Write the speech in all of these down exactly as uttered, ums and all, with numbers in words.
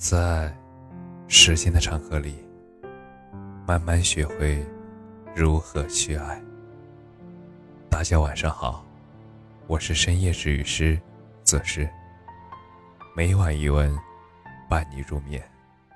在时间的长河里，慢慢学会如何去爱。大家晚上好，我是深夜治愈师则是每晚一文伴你入眠。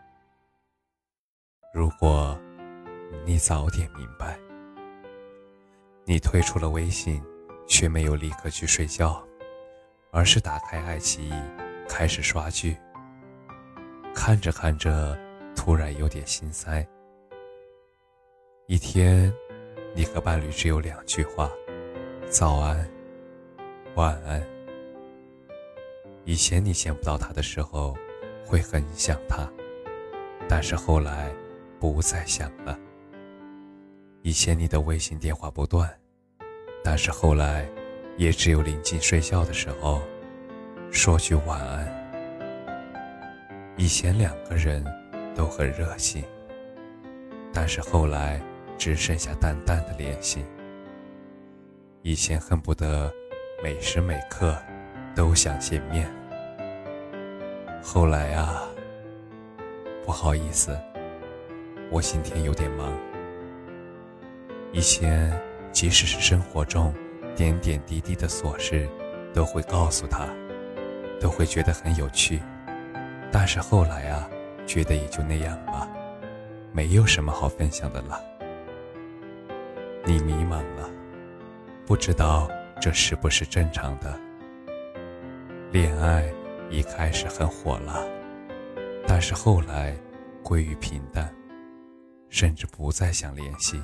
如果你早点明白，你退出了微信，却没有立刻去睡觉，而是打开爱奇艺开始刷剧，看着看着突然有点心塞。一天你和伴侣只有两句话，早安晚安。以前你见不到他的时候会很想他，但是后来不再想了。以前你的微信电话不断，但是后来也只有临近睡觉的时候说句晚安。以前两个人都很热心，但是后来只剩下淡淡的联系。以前恨不得每时每刻都想见面，后来啊，不好意思，我今天有点忙。以前即使是生活中点点滴滴的琐事都会告诉他，都会觉得很有趣，但是后来啊，觉得也就那样吧，没有什么好分享的了。你迷茫了，不知道这是不是正常的。恋爱一开始很火辣，但是后来归于平淡，甚至不再想联系。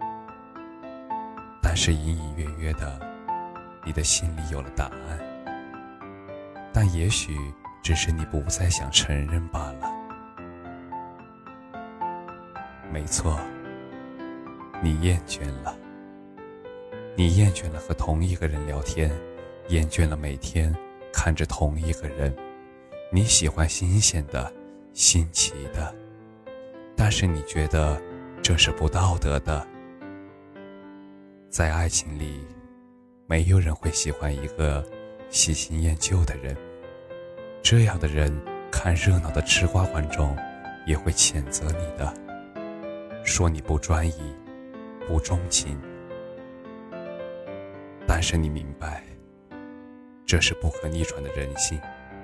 但是隐隐约约的，你的心里有了答案，但也许只是你不再想承认罢了。没错，你厌倦了，你厌倦了和同一个人聊天，厌倦了每天看着同一个人。你喜欢新鲜的、新奇的，但是你觉得这是不道德的。在爱情里，没有人会喜欢一个喜新厌旧的人，这样的人看热闹的吃瓜观众也会谴责你的，说你不专一、不钟情。但是你明白，这是不可逆转的人性。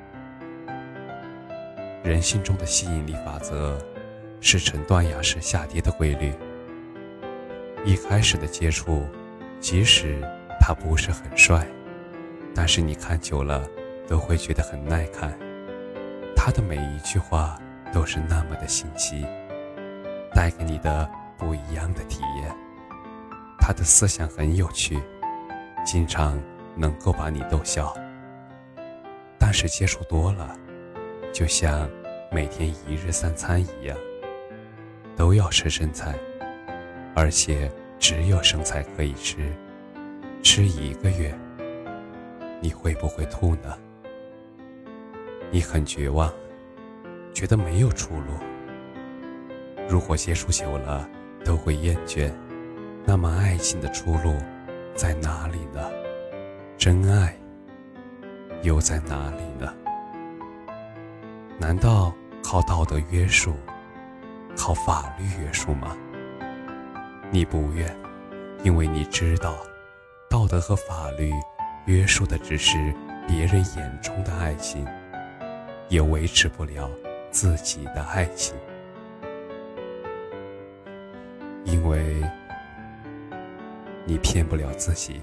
人性中的吸引力法则是呈断崖式下跌的规律。一开始的接触，即使他不是很帅，但是你看久了都会觉得很耐看。他的每一句话都是那么的新奇，带给你的不一样的体验。他的思想很有趣，经常能够把你逗笑。但是接触多了，就像每天一日三餐一样，都要吃生菜，而且只有生菜可以吃，吃一个月，你会不会吐呢？你很绝望，觉得没有出路。如果接触久了都会厌倦，那么爱情的出路在哪里呢？真爱又在哪里呢？难道靠道德约束，靠法律约束吗？你不愿，因为你知道，道德和法律约束的只是别人眼中的爱情，也维持不了自己的爱情。因为你骗不了自己，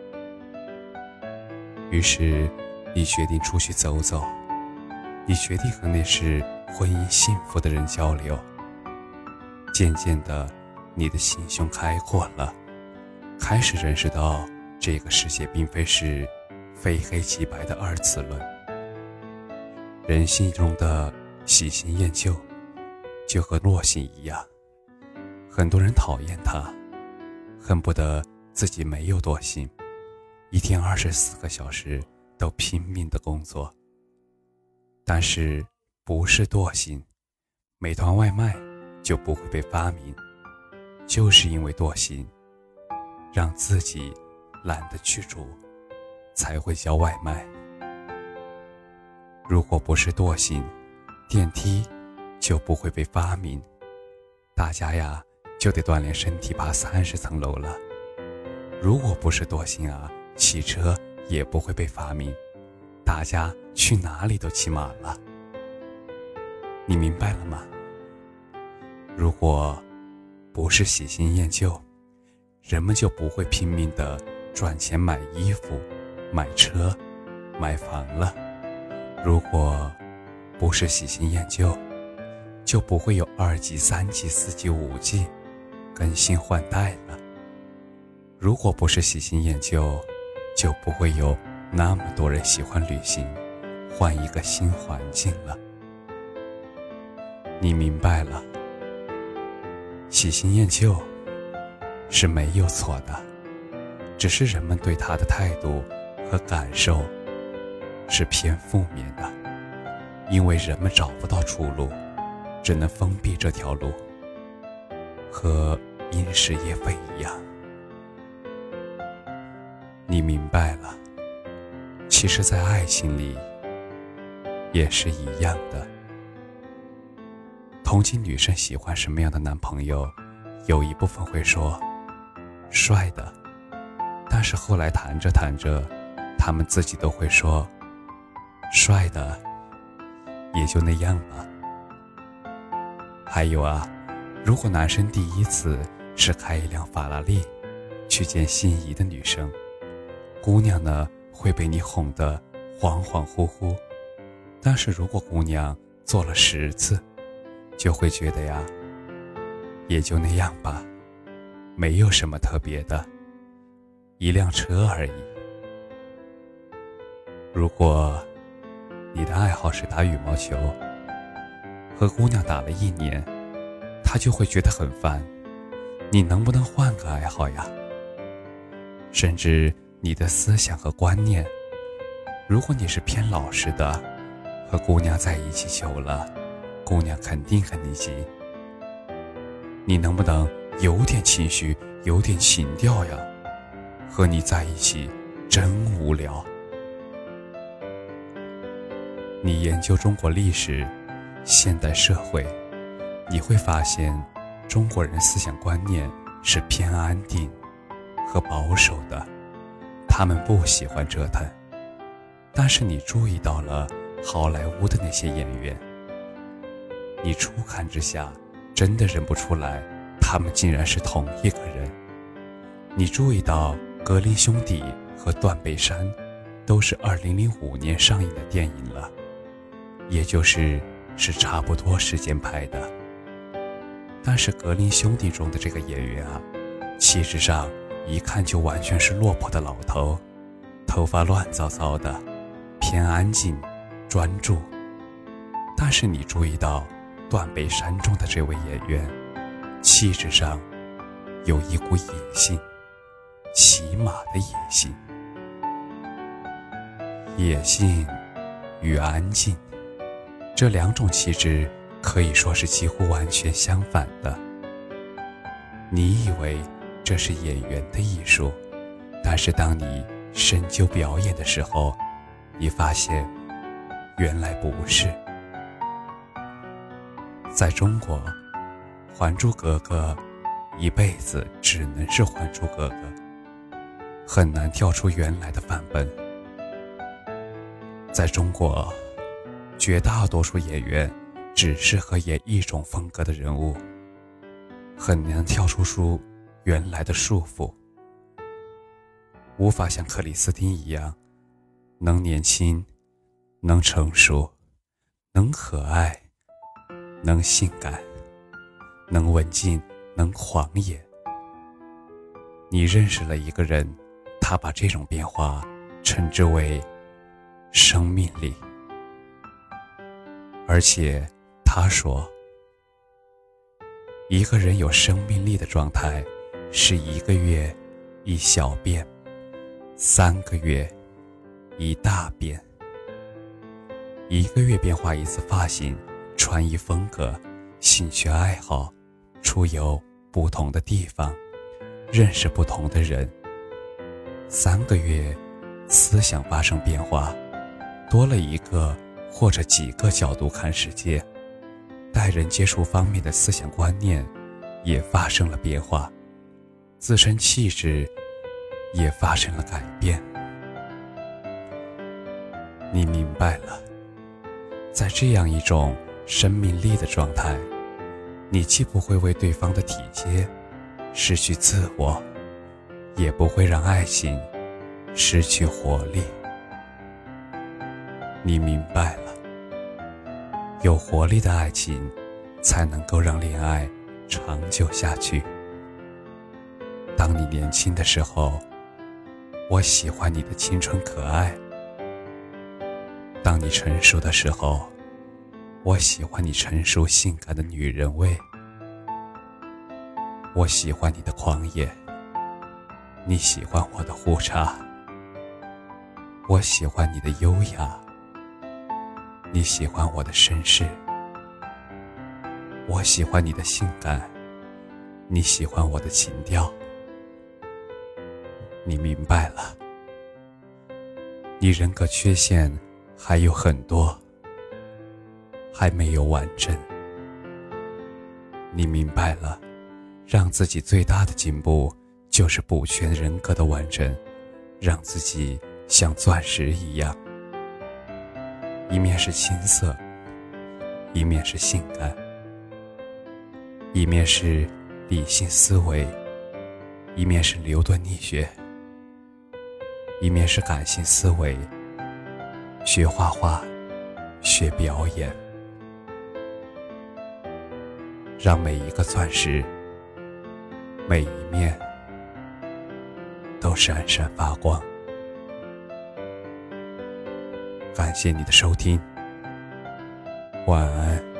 于是你决定出去走走，你决定和那是婚姻幸福的人交流。渐渐的，你的心胸开阔了，开始认识到这个世界并非是非黑即白的二次论。人性中的喜新厌旧就和惰性一样，很多人讨厌它，恨不得自己没有惰性，一天二十四个小时都拼命的工作。但是不是惰性，美团外卖就不会被发明，就是因为惰性，让自己懒得去煮，才会叫外卖。如果不是惰性， 电梯就不会被发明，大家呀就得锻炼身体爬三十层楼了。如果不是多心啊，汽车也不会被发明，大家去哪里都骑马了。你明白了吗？如果不是喜新厌旧，人们就不会拼命地赚钱买衣服、买车、买房了。如果不是喜新厌旧，就不会有二 G、三 G、四 G、五 G 更新换代了。如果不是喜新厌旧，就不会有那么多人喜欢旅行，换一个新环境了。你明白了，喜新厌旧是没有错的，只是人们对它的态度和感受是偏负面的，因为人们找不到出路，只能封闭这条路，和因事业非一样。你明白了，其实在爱情里也是一样的。同情女生喜欢什么样的男朋友，有一部分会说帅的，但是后来谈着谈着，他们自己都会说帅的也就那样吧。还有啊，如果男生第一次是开一辆法拉利去见心仪的女生，姑娘呢会被你哄得恍恍惚惚，但是如果姑娘做了十次，就会觉得呀，也就那样吧，没有什么特别的，一辆车而已。如果你的爱好是打羽毛球，和姑娘打了一年，她就会觉得很烦，你能不能换个爱好呀？甚至你的思想和观念，如果你是偏老实的，和姑娘在一起久了，姑娘肯定很你急。你能不能有点情绪，有点情调呀？和你在一起真无聊。你研究中国历史、现代社会，你会发现中国人思想观念是偏安定和保守的，他们不喜欢折腾。但是你注意到了好莱坞的那些演员，你初看之下真的认不出来他们竟然是同一个人。你注意到格林兄弟和断背山都是二零零五年上映的电影了，也就是是差不多时间拍的。但是格林兄弟中的这个演员啊，气质上一看就完全是落魄的老头，头发乱糟糟的，偏安静专注。但是你注意到断背山中的这位演员，气质上有一股野性，骑马的野性。野性与安静，这两种气质可以说是几乎完全相反的。你以为这是演员的艺术，但是当你深究表演的时候，你发现原来不是。在中国，还珠格格一辈子只能是还珠格格，很难跳出原来的范本。在中国，绝大多数演员只适合演一种风格的人物，很难跳出出原来的束缚，无法像克里斯汀一样能年轻，能成熟，能可爱，能性感，能文静，能狂野。你认识了一个人，他把这种变化称之为生命力。而且他说，一个人有生命力的状态是一个月一小变，三个月一大变。一个月变化一次发型、穿衣风格、兴趣爱好，出游不同的地方，认识不同的人。三个月思想发生变化，多了一个或者几个角度看世界，待人接触方面的思想观念也发生了变化，自身气质也发生了改变。你明白了，在这样一种生命力的状态，你既不会为对方的体贴失去自我，也不会让爱情失去活力。你明白了，有活力的爱情才能够让恋爱长久下去。当你年轻的时候，我喜欢你的青春可爱；当你成熟的时候，我喜欢你成熟性感的女人味。我喜欢你的狂野，你喜欢我的胡茬；我喜欢你的优雅，你喜欢我的绅士；我喜欢你的性感，你喜欢我的情调。你明白了，你人格缺陷还有很多，还没有完整。你明白了，让自己最大的进步就是补全人格的完整，让自己像钻石一样，一面是青涩，一面是性感，一面是理性思维，一面是牛顿力学，一面是感性思维，学画画，学表演，让每一个钻石，每一面都闪闪发光。感谢你的收听，晚安。